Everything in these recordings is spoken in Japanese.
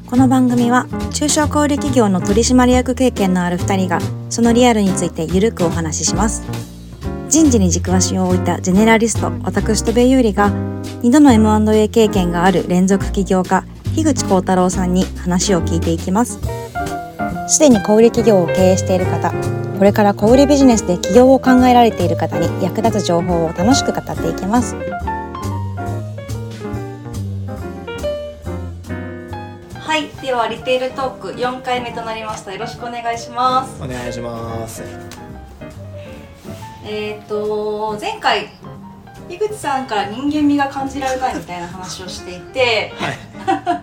この番組は中小小売企業の取締役経験のある2人がそのリアルについてゆるくお話しします。人事に軸足を置いたジェネラリスト私戸部優里が2度の M&A 経験がある連続起業家樋口幸太郎さんに話を聞いていきます。すでに小売企業を経営している方、これから小売ビジネスで起業を考えられている方に役立つ情報を楽しく語っていきます。はい、ではリテールトーク4回目となりました。よろしくお願いします。 お願いします。 前回井口さんから人間味が感じられたいみたいな話をしていて、はい、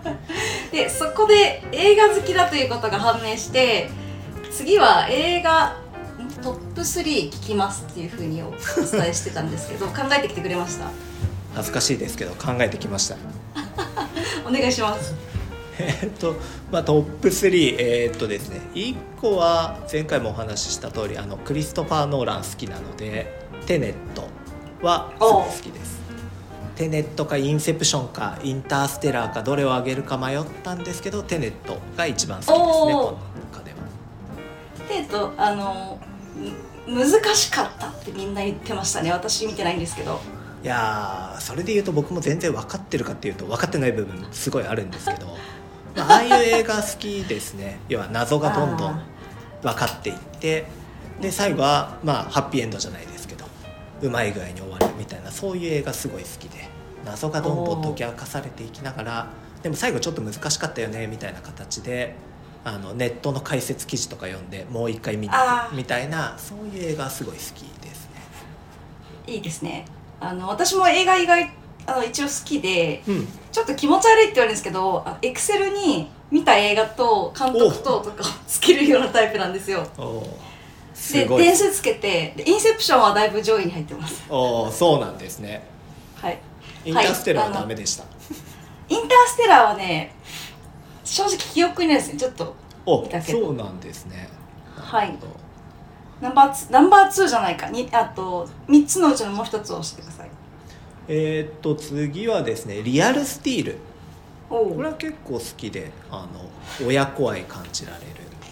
でそこで映画好きだということが判明して、次は映画トップ3聞きますっていうふうにお伝えしてたんですけど考えてきてくれました？ 恥ずかしいですけど考えてきましたお願いします。 トップ3、ですね、1個は前回もお話しした通りクリストファー・ノーラン好きなのでテネットはすごい好きです。テネットかインセプションかインターステラーかどれを挙げるか迷ったんですけどテネットが一番好きですね。この中ではテネット難しかったってみんな言ってましたね。私見てないんですけど。 いやそれで言うと僕も全然分かってるかっていうと分かってない部分すごいあるんですけどああいう映画好きですね。要は謎がどんどん分かっていってで最後はハッピーエンドじゃないですけどうまい具合に終わるみたいな、そういう映画すごい好きで、謎がどんどん解き明かされていきながらでも最後ちょっと難しかったよねみたいな形でネットの解説記事とか読んでもう一回見に行くみたいな、そういう映画すごい好きですね。 いいですね。私も映画意外一応好きで、ちょっと気持ち悪いって言われるんですけどエクセルに見た映画と監督とかをつけるようなタイプなんですよ。で点数つけてインセプションはだいぶ上位に入ってます。 そうなんですね。 はい。 インターステラーはダメでした。 インターステラーはね正直記憶にないですね。ちょっと見たけど。 そうなんですね。 はい。ナンバー2じゃないかにあと3つのうちのもう1つを教えてください。 次はですねリアルスティール。これは結構好きで親子愛感じられる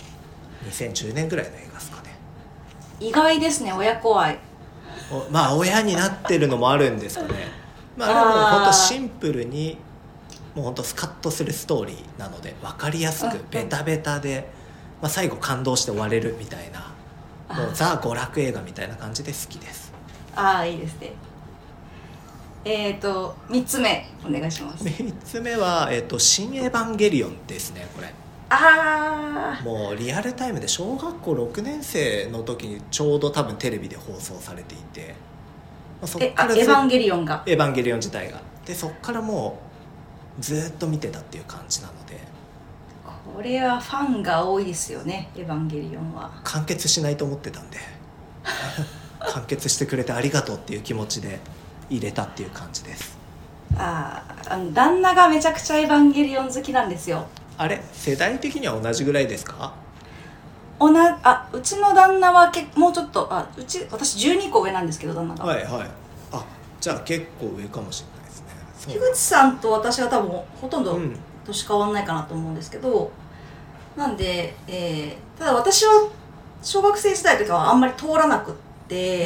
2010年ぐらいの映画ですかね。 意外ですね、親子愛。 親になってるのもあるんですかね。あれはもう本当シンプルにもう本当スカッとするストーリーなので分かりやすくベタベタで、最後感動して終われるみたいなもうザ娯楽映画みたいな感じで好きです。 いいですね。3つ目お願いします。 3つ目は、新エヴァンゲリオンですね。これもうリアルタイムで小学校6年生の時にちょうど多分テレビで放送されていて、そっからエヴァンゲリオンがエヴァンゲリオン自体がでそっからもうずっと見てたっていう感じなので、 これはファンが多いですよね。エヴァンゲリオンは完結しないと思ってたんで完結してくれてありがとうっていう気持ちで入れたっていう感じです。 旦那がめちゃくちゃエヴァンゲリオン好きなんですよ。 あれ世代的には同じぐらいですか？ うちの旦那はもうちょっと私12個上なんですけど旦那がはいじゃあ結構上かもしれないですね。 樋口さんと私は多分ほとんど年変わんないかなと思うんですけど、なんで、ただ私は小学生時代とかはあんまり通らなくって、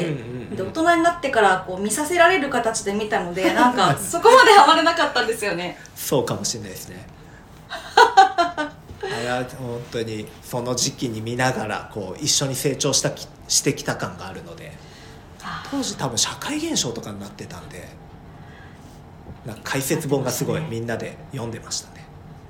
で大人になってから見させられる形で見たのでなんかそこまでハマれなかったんですよねそうかもしれないですねあれは本当にその時期に見ながら一緒に成長してきた感があるので、当時多分社会現象とかになってたんでなんか解説本がすごいみんなで読んでましたね。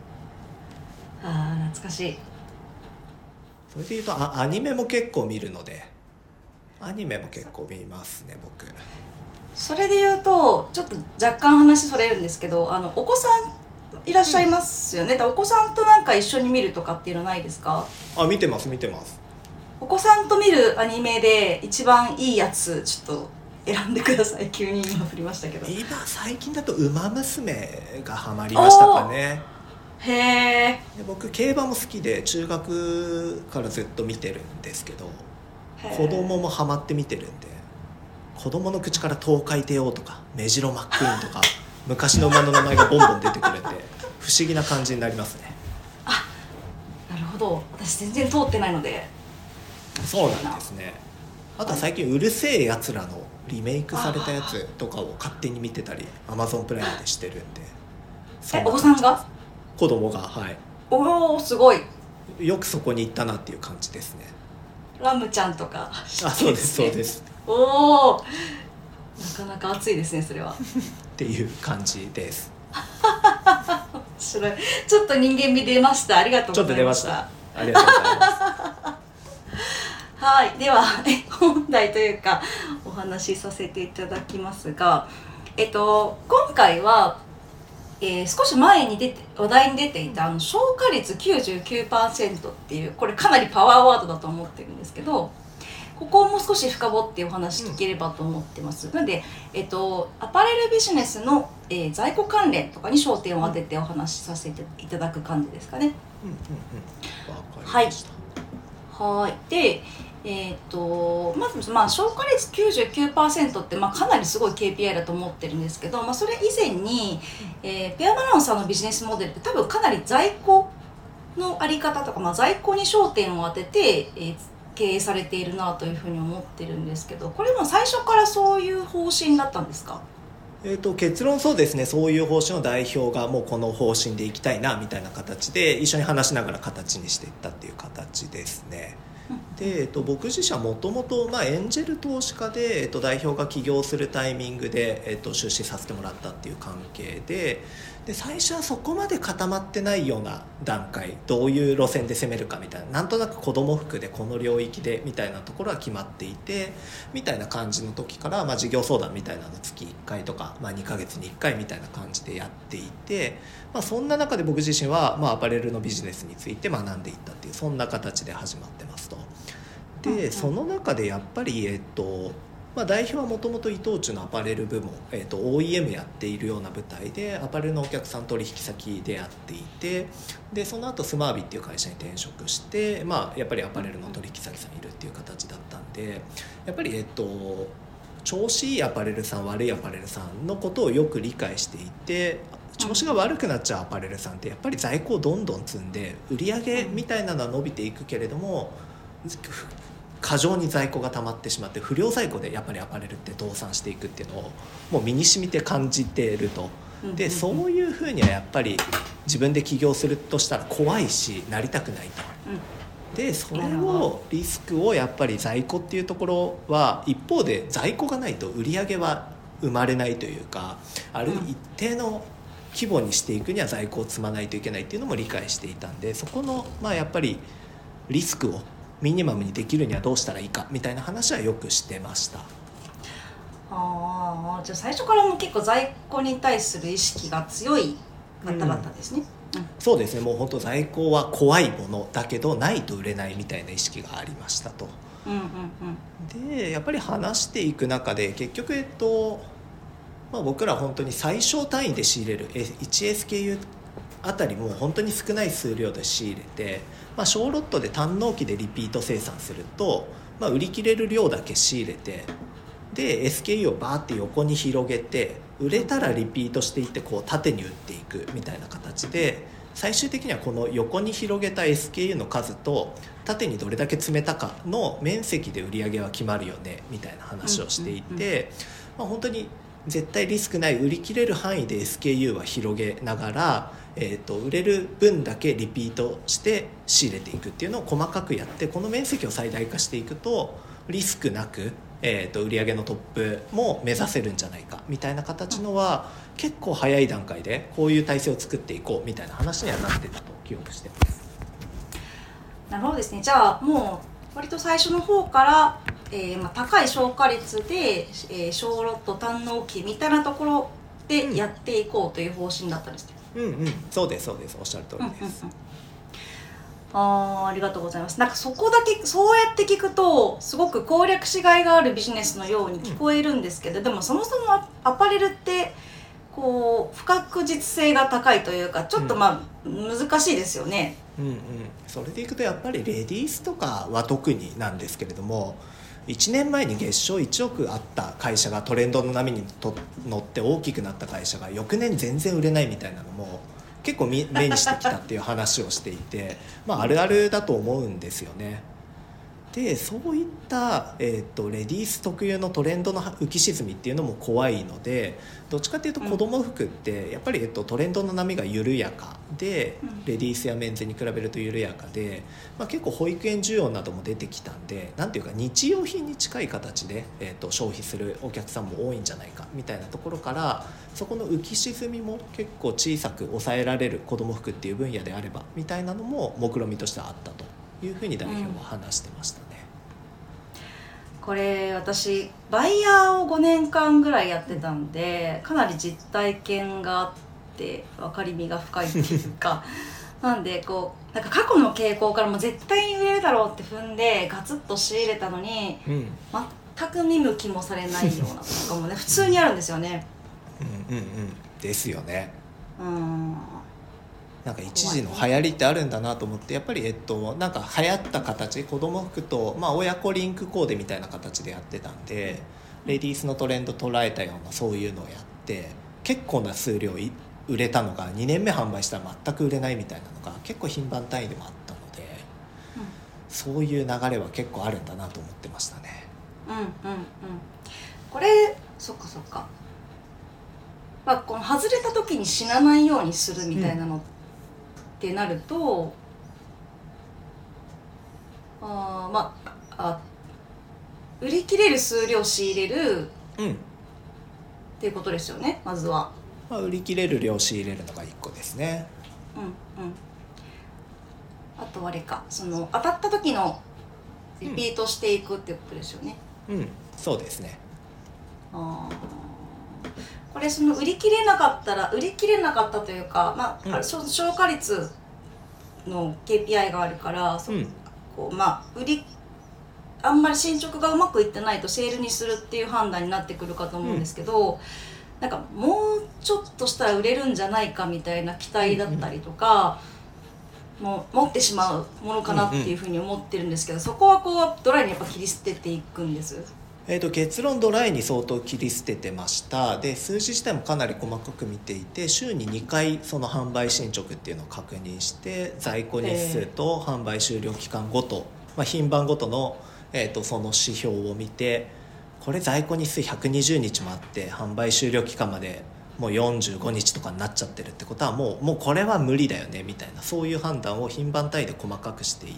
懐かしい。 それでいうとアニメも結構見るのでアニメも結構見ますね僕。 それでいうとちょっと若干話それるんですけどお子さんいらっしゃいますよね。お子さんとなんか一緒に見るとかっていうのないですか？ 見てます。 お子さんと見るアニメで一番いいやつちょっと選んでください。急に今振りましたけど。 今最近だとウマ娘がハマりましたかね。 へえ。 僕競馬も好きで中学からずっと見てるんですけど子供もハマって見てるんで、子供の口から東海帝王とかメジロマックイーンとか昔の馬の名前がボンボン出てくるんで不思議な感じになりますね。 ほど。私全然通ってないので。 そうなんですね。あとは最近うるせえやつらのリメイクされたやつとかを勝手に見てたり Amazon プライムでしてるんで。 お子さんが？ 子供が、はい。 おお、すごい。 よくそこに行ったなっていう感じですね。 ラムちゃんとか、 あ、そうですそうです。 おお、なかなか熱いですね、それは。 っていう感じです。 面白い。ちょっと人間味出ました。ありがとうございました。 ちょっと出ました。ありがとうございます。 はい、では本題というかお話しさせていただきますが、今回は、少し前に話題に出ていた消化率 99% っていう、これかなりパワーワードだと思ってるんですけど、ここをもう少し深掘ってお話聞ければと思ってます。なので、アパレルビジネスの、在庫関連とかに焦点を当ててお話しさせていただく感じですかね。 わかりました。 はい。で、まず、消化率 99% って、かなりすごい KPI だと思ってるんですけど、それ以前に、ペアバランサーのビジネスモデルって多分かなり在庫のあり方とか、在庫に焦点を当てて、経営されているなというふうに思ってるんですけど、これも最初からそういう方針だったんですか？ 結論そうですね。そういう方針を代表がもうこの方針でいきたいなみたいな形で一緒に話しながら形にしていったっていう形ですね。で、僕自身はもともとエンジェル投資家で、代表が起業するタイミングで、出資させてもらったっていう関係で、最初はそこまで固まってないような段階、どういう路線で攻めるかみたいな、なんとなく子供服でこの領域でみたいなところは決まっていてみたいな感じの時から、事業相談みたいなの月1回とか、2ヶ月に1回みたいな感じでやっていて、そんな中で僕自身は、アパレルのビジネスについて学んでいったっていう、そんな形で始まってますと。でその中でやっぱり、代表はもともと伊藤忠のアパレル部門、OEM やっているような部隊でアパレルのお客さん取引先でやっていて、でその後スマービっていう会社に転職して、やっぱりアパレルの取引先さんいるっていう形だったんで、やっぱり、調子いいアパレルさん悪いアパレルさんのことをよく理解していて、調子が悪くなっちゃうアパレルさんってやっぱり在庫をどんどん積んで売り上げみたいなのは伸びていくけれども、過剰に在庫が溜まってしまって不良在庫でやっぱりアパレルって倒産していくっていうのをもう身に染みて感じていると。でそういうふうにはやっぱり自分で起業するとしたら怖いしなりたくないと。でそれをリスクをやっぱり在庫っていうところは一方で在庫がないと売り上げは生まれないというか、ある一定の規模にしていくには在庫を積まないといけないっていうのも理解していたんで、そこのやっぱりリスクをミニマムにできるにはどうしたらいいかみたいな話はよくしてました。 じゃあ最初からも結構在庫に対する意識が強い方々ですね。 そうですね。もう本当在庫は怖いものだけどないと売れないみたいな意識がありましたと。でやっぱり話していく中で結局僕ら本当に最小単位で仕入れる 1SKU あたりも本当に少ない数量で仕入れて、小ロットで単納期でリピート生産すると、売り切れる量だけ仕入れて、で SKU をバーって横に広げて売れたらリピートしていってこう縦に売っていくみたいな形で、最終的にはこの横に広げた SKU の数と縦にどれだけ詰めたかの面積で売り上げは決まるよねみたいな話をしていて、本当に絶対リスクない売り切れる範囲で SKU は広げながら、売れる分だけリピートして仕入れていくっていうのを細かくやって、この面積を最大化していくとリスクなく、売上のトップも目指せるんじゃないかみたいな形のは結構早い段階でこういう体制を作っていこうみたいな話にはなってたと記憶してます。 なるほどですね。じゃあもう割と最初の方から、高い消化率で、小ロット単納期みたいなところでやっていこうという方針だったんですね。 そうですそうです、おっしゃる通りです。 ありがとうございます。なんかそこだけそうやって聞くとすごく攻略しがいがあるビジネスのように聞こえるんですけど、でもそもそもアパレルってこう不確実性が高いというかちょっと難しいですよね。 それでいくとやっぱりレディースとかは特になんですけれども、1年前に月商1億あった会社がトレンドの波に乗って大きくなった会社が翌年全然売れないみたいなのも結構目にしてきたっていう話をしていて、あるあるだと思うんですよね。でそういった、レディース特有のトレンドの浮き沈みっていうのも怖いので、どっちかっていうと子供服ってやっぱり、トレンドの波が緩やかで、レディースやメンズに比べると緩やかで、結構保育園需要なども出てきたんで、なんていうか日用品に近い形で、消費するお客さんも多いんじゃないかみたいなところから、そこの浮き沈みも結構小さく抑えられる子供服っていう分野であればみたいなのも目論見としてはあったというふうに代表は話してましたね。 これ私バイヤーを5年間ぐらいやってたんで、かなり実体験があって分かりみが深いっていうかなんでこうなんか過去の傾向からも絶対に売れるだろうって踏んでガツッと仕入れたのに、全く見向きもされないようなとかもね普通にあるんですよね。 ですよね。なんか一時の流行りってあるんだなと思って、やっぱりなんか流行った形、子供服と、親子リンクコーデみたいな形でやってたんで、レディースのトレンド捉えたようなそういうのをやって結構な数量売れたのが2年目販売したら全く売れないみたいなのが結構頻繁単位でもあったので、そういう流れは結構あるんだなと思ってましたね。 これそっか、この外れた時に死なないようにするみたいなのってなると、売り切れる数量仕入れる、っていうことですよね。まずは、 売り切れる量仕入れるのが1個ですね。 あとあれか、その当たった時のリピートしていくっていうことですよね。 そうですね。 これその売り切れなかったというか、消化率の KPI があるから、あんまり進捗がうまくいってないとセールにするっていう判断になってくるかと思うんですけど、なんかもうちょっとしたら売れるんじゃないかみたいな期待だったりとか、もう持ってしまうものかなっていうふうに思ってるんですけど、そこはこうドライにやっぱ切り捨てていくんです。 結論ドライに相当切り捨ててました。で数字自体もかなり細かく見ていて、週に2回その販売進捗っていうのを確認して、在庫日数と販売終了期間ごと、品番ごとの、その指標を見て、これ在庫日数120日もあって販売終了期間までもう45日とかになっちゃってるってことはもうこれは無理だよねみたいな、そういう判断を品番単位で細かくしていって、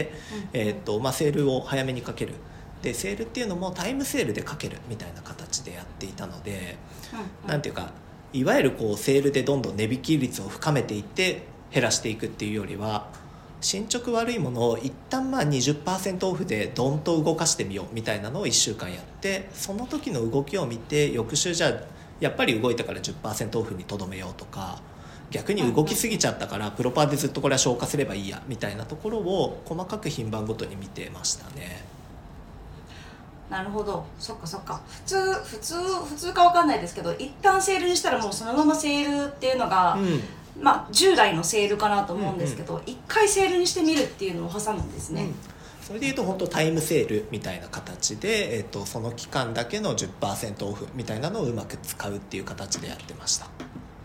セールを早めにかける。でセールっていうのもタイムセールでかけるみたいな形でやっていたので、なんていうか、いわゆるこうセールでどんどん値引き率を深めていって減らしていくっていうよりは、進捗悪いものを一旦20% オフでドンと動かしてみようみたいなのを1週間やって、その時の動きを見て翌週じゃあやっぱり動いたから 10% オフにとどめようとか、逆に動きすぎちゃったからプロパーでずっとこれは消化すればいいやみたいなところを細かく品番ごとに見てましたね。 なるほど、そっか。普通かわかんないですけど、一旦セールにしたらもうそのままセールっていうのが、従来のセールかなと思うんですけど、一回セールにしてみるっていうのを挟むんですね。 それでいうと本当タイムセールみたいな形で、その期間だけの 10% オフみたいなのをうまく使うっていう形でやってました。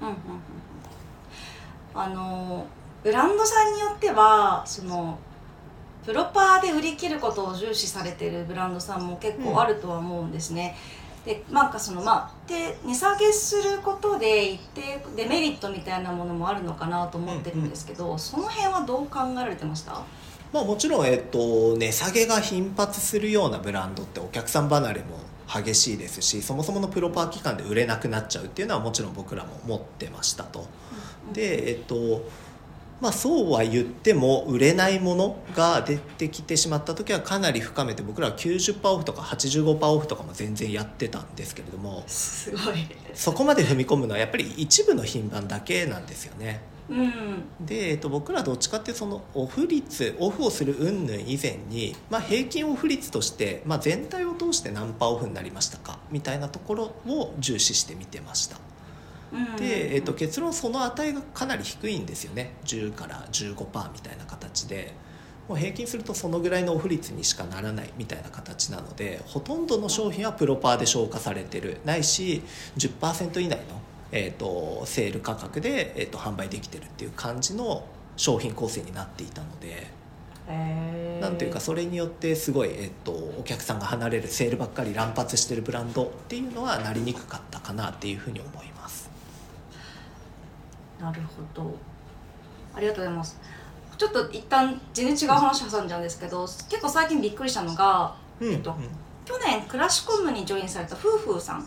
ブランドさんによってはそのプロパーで売り切ることを重視されているブランドさんも結構あるとは思うんですね。でで値下げすることで一定デメリットみたいなものもあるのかなと思ってるんですけど、その辺はどう考えられてました？ もちろん、値下げが頻発するようなブランドってお客さん離れも激しいですし、そもそものプロパー期間で売れなくなっちゃうっていうのはもちろん僕らも持ってましたと。でそうは言っても売れないものが出てきてしまった時はかなり深めて、僕らは 90% オフとか 85% オフとかも全然やってたんですけれども、 すごいそこまで踏み込むのはやっぱり一部の品番だけなんですよね。で、僕らどっちかっていうとそのオフをする云々以前に、平均オフ率として、全体を通して何パーオフになりましたかみたいなところを重視して見てました。で、結論その値がかなり低いんですよね。10から 15% みたいな形で、もう平均するとそのぐらいのオフ率にしかならないみたいな形なので、ほとんどの商品はプロパーで消化されてる、ないし 10% 以内のセール価格で、販売できてるっていう感じの商品構成になっていたので、なんていうかそれによってすごい、お客さんが離れるセールばっかり乱発してるブランドっていうのはなりにくかったかなっていうふうに思います。 なるほど、ありがとうございます。ちょっと一旦全然違う話挟んじゃうんですけど、結構最近びっくりしたのが、去年クラシコムにジョインされたフーフーさん、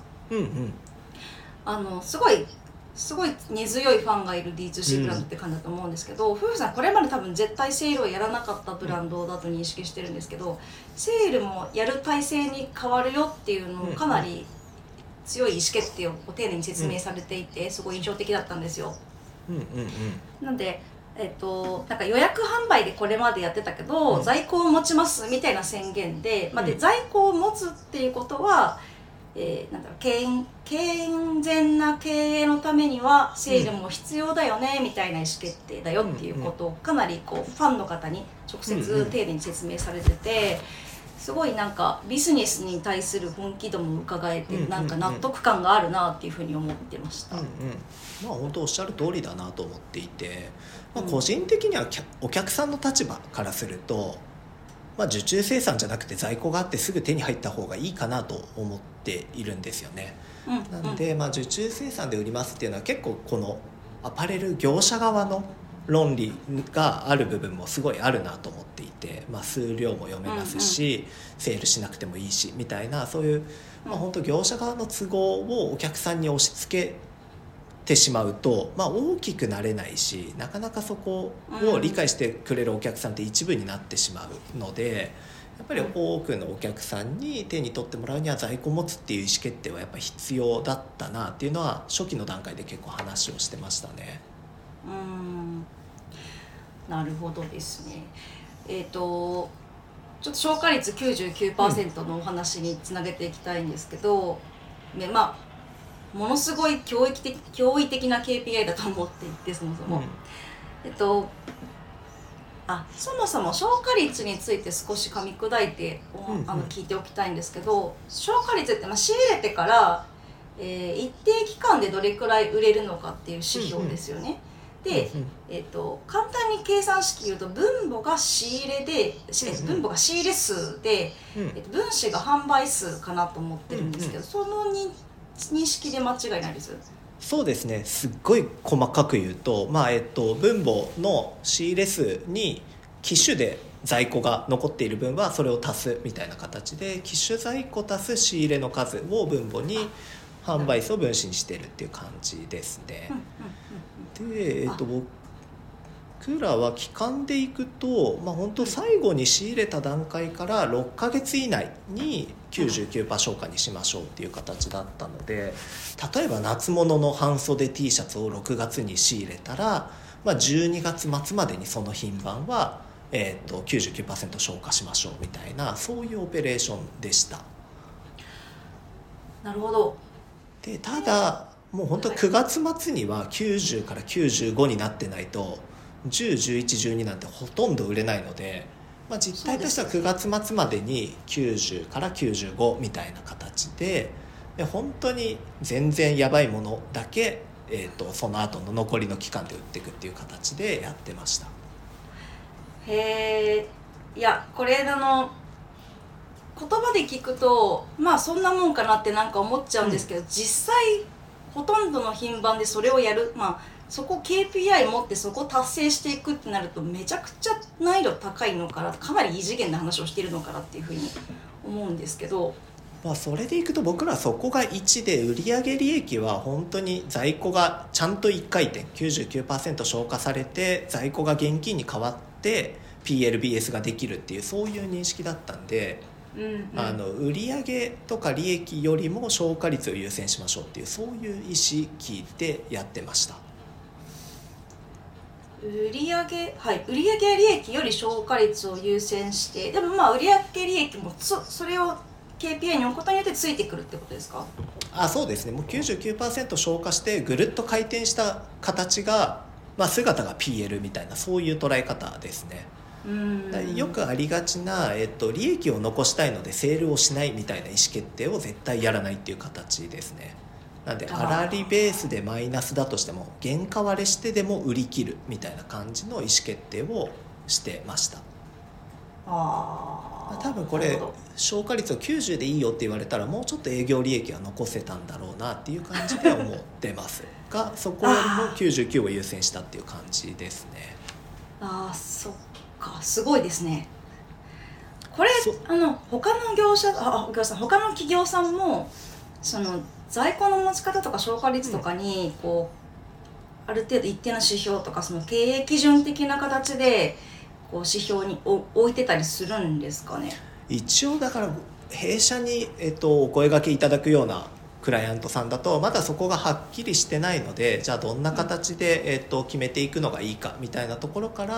すごい根強いファンがいる D2C ブランドって感じだと思うんですけど、フーフーさんこれまで多分絶対セールをやらなかったブランドだと認識してるんですけど、セールもやる体制に変わるよっていうのをかなり強い意思決定を丁寧に説明されていて、すごい印象的だったんですよ。なんでなんか予約販売でこれまでやってたけど、在庫を持ちますみたいな宣言で、で在庫を持つっていうことは、なんだろう、健全な経営のためにはセールも必要だよねみたいな意思決定だよっていうことをかなりこうファンの方に直接丁寧に説明されてて、すごいなんかビジネスに対する本気度も伺えて、なんか納得感があるなっていうふうに思ってました。 本当おっしゃる通りだなと思っていて、個人的にはお客さんの立場からすると、受注生産じゃなくて在庫があってすぐ手に入った方がいいかなと思っているんですよね。なので、受注生産で売りますっていうのは結構このアパレル業者側の論理がある部分もすごいあるなと思っていて、数量も読めますし、セールしなくてもいいしみたいな、そういう、本当業者側の都合をお客さんに押し付けてしまうと、大きくなれないし、なかなかそこを理解してくれるお客さんって一部になってしまうので、やっぱり多くのお客さんに手に取ってもらうには在庫を持つっていう意思決定はやっぱ必要だったなっていうのは初期の段階で結構話をしてましたね。 なるほどですね。ちょっと消化率 99% のお話につなげていきたいんですけど、ものすごい驚異的な KPI だと思っていて、そもそも、そもそも消化率について少し噛み砕いて聞いておきたいんですけど、消化率って仕入れてから、一定期間でどれくらい売れるのかっていう指標ですよね。で、簡単に計算式言うと分母が仕入れ数で、分子が販売数かなと思ってるんですけど、その認識で間違いないです？ そうですね、すっごい細かく言うと、分母の仕入れ数に機種で在庫が残っている分はそれを足すみたいな形で、機種在庫足す仕入れの数を分母に販売数を分子にしているっていう感じですね。で、僕らは期間でいくと、本当最後に仕入れた段階から6ヶ月以内に 99% 消化にしましょうっていう形だったので、例えば夏物の半袖 T シャツを6月に仕入れたら、12月末までにその品番は、99% 消化しましょうみたいな、そういうオペレーションでした。 なるほど。 で、ただもう本当9月末には90から95になってないと10、11、12なんてほとんど売れないので、実態としては9月末までに90から95みたいな形で、本当に全然やばいものだけ、その後の残りの期間で売っていくっていう形でやってました。 いや、これ言葉で聞くとそんなもんかなってなんか思っちゃうんですけど、実際ほとんどの品番でそれをやる、そこ KPI 持ってそこを達成していくってなるとめちゃくちゃ難易度高いのかな、かなり異次元な話をしているのかなっていうふうに思うんですけど、 それでいくと僕らそこが1で、売上利益は本当に在庫がちゃんと1回転 99% 消化されて在庫が現金に変わって PLBS ができるっていう、そういう認識だったんで、売上とか利益よりも消化率を優先しましょうっていう、そういう意識でやってました。 売上利益より消化率を優先して、でも売上利益もそれを KPI に置くことによってついてくるってことですか？ そうですね。もう 99% 消化してぐるっと回転した形が、姿が PL みたいな、そういう捉え方ですね。よくありがちな、利益を残したいのでセールをしないみたいな意思決定を絶対やらないっていう形ですね。 なんで粗利ベースでマイナスだとしても原価割れしてでも売り切るみたいな感じの意思決定をしてました。多分これ消化率を90でいいよって言われたらもうちょっと営業利益は残せたんだろうなっていう感じで思ってますがそこよりも99を優先したっていう感じですね。 そっか、すごいですね。これ他の業者他の企業さんもその在庫の持ち方とか消化率とかにこう、ある程度一定の指標とかその経営基準的な形でこう指標に置いてたりするんですかね。 一応だから弊社に、お声掛けいただくようなクライアントさんだとまだそこがはっきりしてないので、じゃあどんな形で、決めていくのがいいかみたいなところから、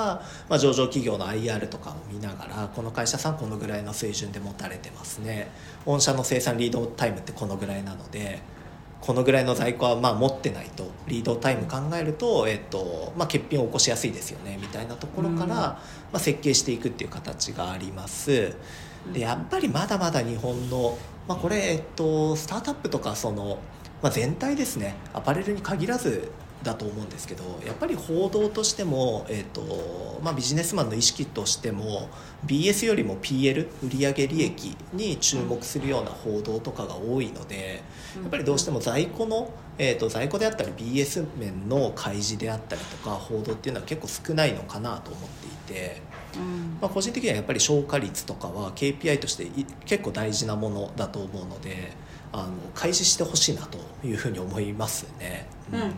上場企業の IR とかを見ながらこの会社さんこのぐらいの水準で持たれてますね、御社の生産リードタイムってこのぐらいなのでこのぐらいの在庫は持ってないとリードタイム考えると、欠品を起こしやすいですよねみたいなところから、設計していくっていう形があります。でやっぱりまだまだ日本の、これ、スタートアップとか全体ですね、アパレルに限らずだと思うんですけど、やっぱり報道としても、ビジネスマンの意識としても BS よりも PL 売上利益に注目するような報道とかが多いので、やっぱりどうしても在庫であったり BS 面の開示であったりとか報道っていうのは結構少ないのかなと思っていて、個人的にはやっぱり消化率とかは KPI として結構大事なものだと思うので開示してほしいなというふうに思いますね。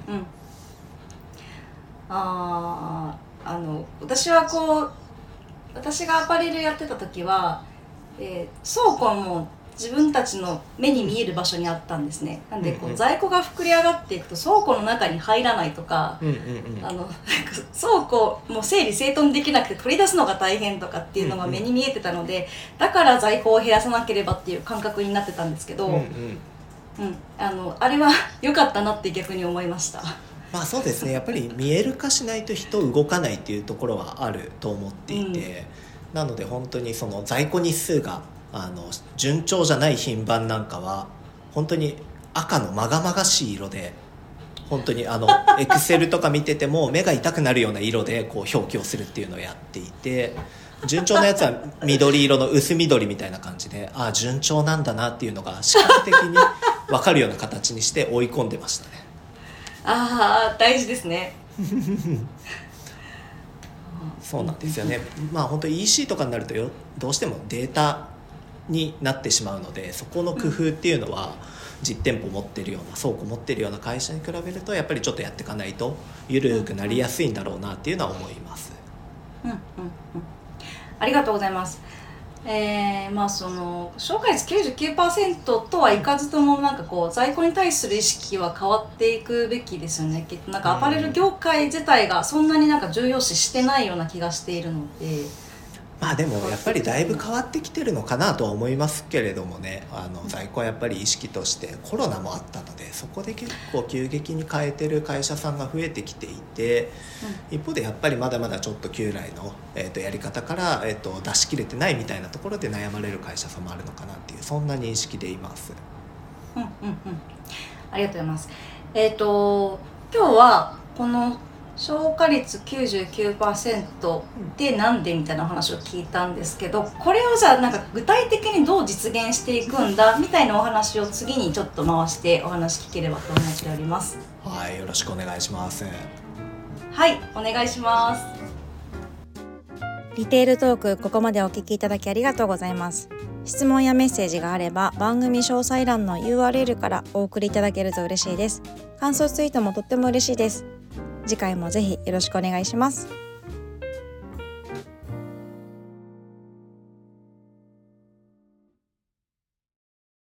私がアパレルやってた時は、倉庫も自分たちの目に見える場所にあったんですね。なんで在庫が膨れ上がっていくと倉庫の中に入らないとか、倉庫も整理整頓できなくて取り出すのが大変とかっていうのが目に見えてたので、だから在庫を減らさなければっていう感覚になってたんですけど、あれは良かったなって逆に思いました。 そうですね、やっぱり見える化しないと人動かないっていうところはあると思っていて、なので本当にその在庫日数が順調じゃない品番なんかは本当に赤のまがまがしい色で、本当にエクセルとか見てても目が痛くなるような色でこう表記をするっていうのをやっていて、順調なやつは緑色の薄緑みたいな感じで順調なんだなっていうのが視覚的に分かるような形にして追い込んでましたね。 大事ですね。 そうなんですよね。本当 EC とかになるとどうしてもデータになってしまうので、そこの工夫っていうのは実店舗持ってるような倉庫持ってるような会社に比べるとやっぱりちょっとやっていかないと緩くなりやすいんだろうなっていうのは思います。 ありがとうございます。その消化率 99% とはいかずとも在庫に対する意識は変わっていくべきですよね。きっとアパレル業界自体がそんなに重要視してないような気がしているので、 でもやっぱりだいぶ変わってきてるのかなとは思いますけれどもね、在庫はやっぱり意識としてコロナもあったのでそこで結構急激に変えてる会社さんが増えてきていて、一方でやっぱりまだまだちょっと旧来の、やり方から、出し切れてないみたいなところで悩まれる会社さんもあるのかなっていうそんな認識でいます。 ありがとうございます。今日はこの消化率 99% でなんでみたいな話を聞いたんですけど、これをじゃあ具体的にどう実現していくんだみたいなお話を次にちょっと回してお話聞ければと思っております。 よろしくお願いします。 お願いします。 リテールトーク、ここまでお聞きいただきありがとうございます。質問やメッセージがあれば番組詳細欄の URL からお送りいただけると嬉しいです。感想ツイートもとっても嬉しいです。次回もぜひよろしくお願いします。